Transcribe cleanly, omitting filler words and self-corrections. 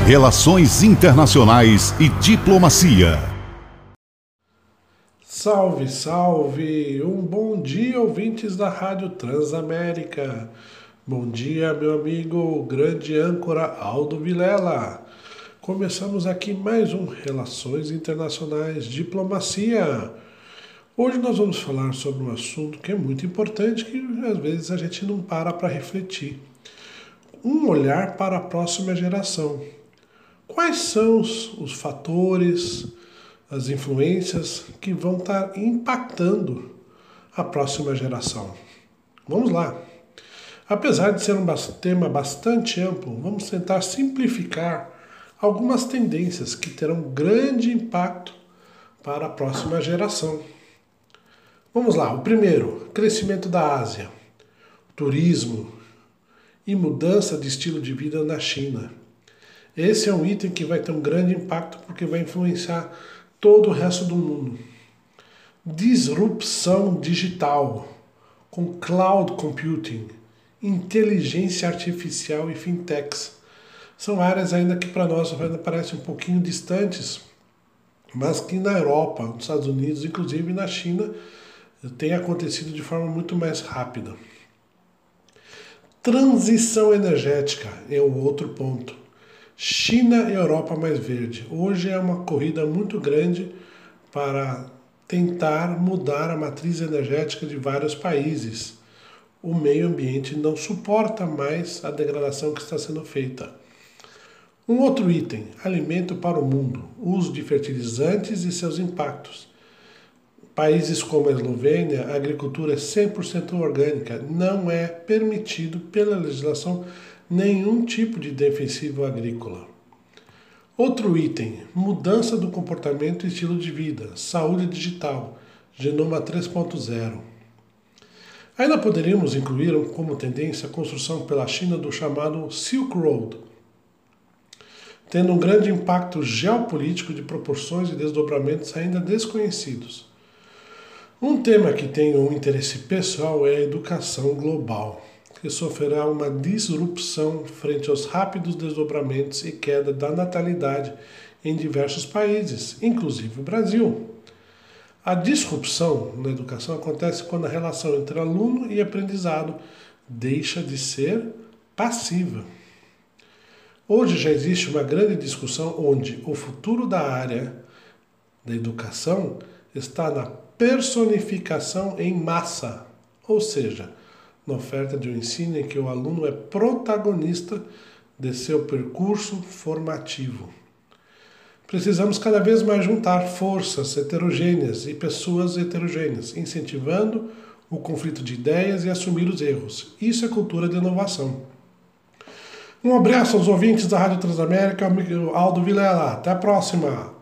Relações Internacionais e Diplomacia. Salve, salve! Um bom dia, ouvintes da Rádio Transamérica. Bom dia, meu amigo, grande âncora Aldo Vilela. Começamos aqui mais um Relações Internacionais Diplomacia. Hoje nós vamos falar sobre um assunto que é muito importante, que às vezes a gente não para refletir. Um olhar para a próxima geração. Quais são os fatores, as influências que vão estar impactando a próxima geração? Vamos lá. Apesar de ser um tema bastante amplo, vamos tentar simplificar algumas tendências que terão grande impacto para a próxima geração. Vamos lá. O primeiro, crescimento da Ásia, turismo e mudança de estilo de vida na China. Esse é um item que vai ter um grande impacto porque vai influenciar todo o resto do mundo. Disrupção digital, com cloud computing, inteligência artificial e fintechs. São áreas ainda que para nós ainda parecem um pouquinho distantes, mas que na Europa, nos Estados Unidos, inclusive na China, tem acontecido de forma muito mais rápida. Transição energética é o outro ponto. China e Europa mais verde. Hoje é uma corrida muito grande para tentar mudar a matriz energética de vários países. O meio ambiente não suporta mais a degradação que está sendo feita. Um outro item, alimento para o mundo, uso de fertilizantes e seus impactos. Países como a Eslovênia, a agricultura é 100% orgânica, não é permitido pela legislação nenhum tipo de defensivo agrícola. Outro item, mudança do comportamento e estilo de vida, saúde digital, genoma 3.0. Ainda poderíamos incluir como tendência a construção pela China do chamado Silk Road, tendo um grande impacto geopolítico de proporções e desdobramentos ainda desconhecidos. Um tema que tem um interesse pessoal é a educação global, que sofrerá uma disrupção frente aos rápidos desdobramentos e queda da natalidade em diversos países, inclusive o Brasil. A disrupção na educação acontece quando a relação entre aluno e aprendizado deixa de ser passiva. Hoje já existe uma grande discussão onde o futuro da área da educação está na personificação em massa, ou seja, na oferta de um ensino em que o aluno é protagonista de seu percurso formativo. Precisamos cada vez mais juntar forças heterogêneas e pessoas heterogêneas, incentivando o conflito de ideias e assumir os erros. Isso é cultura de inovação. Um abraço aos ouvintes da Rádio Transamérica, amigo Aldo Vilela. Até a próxima!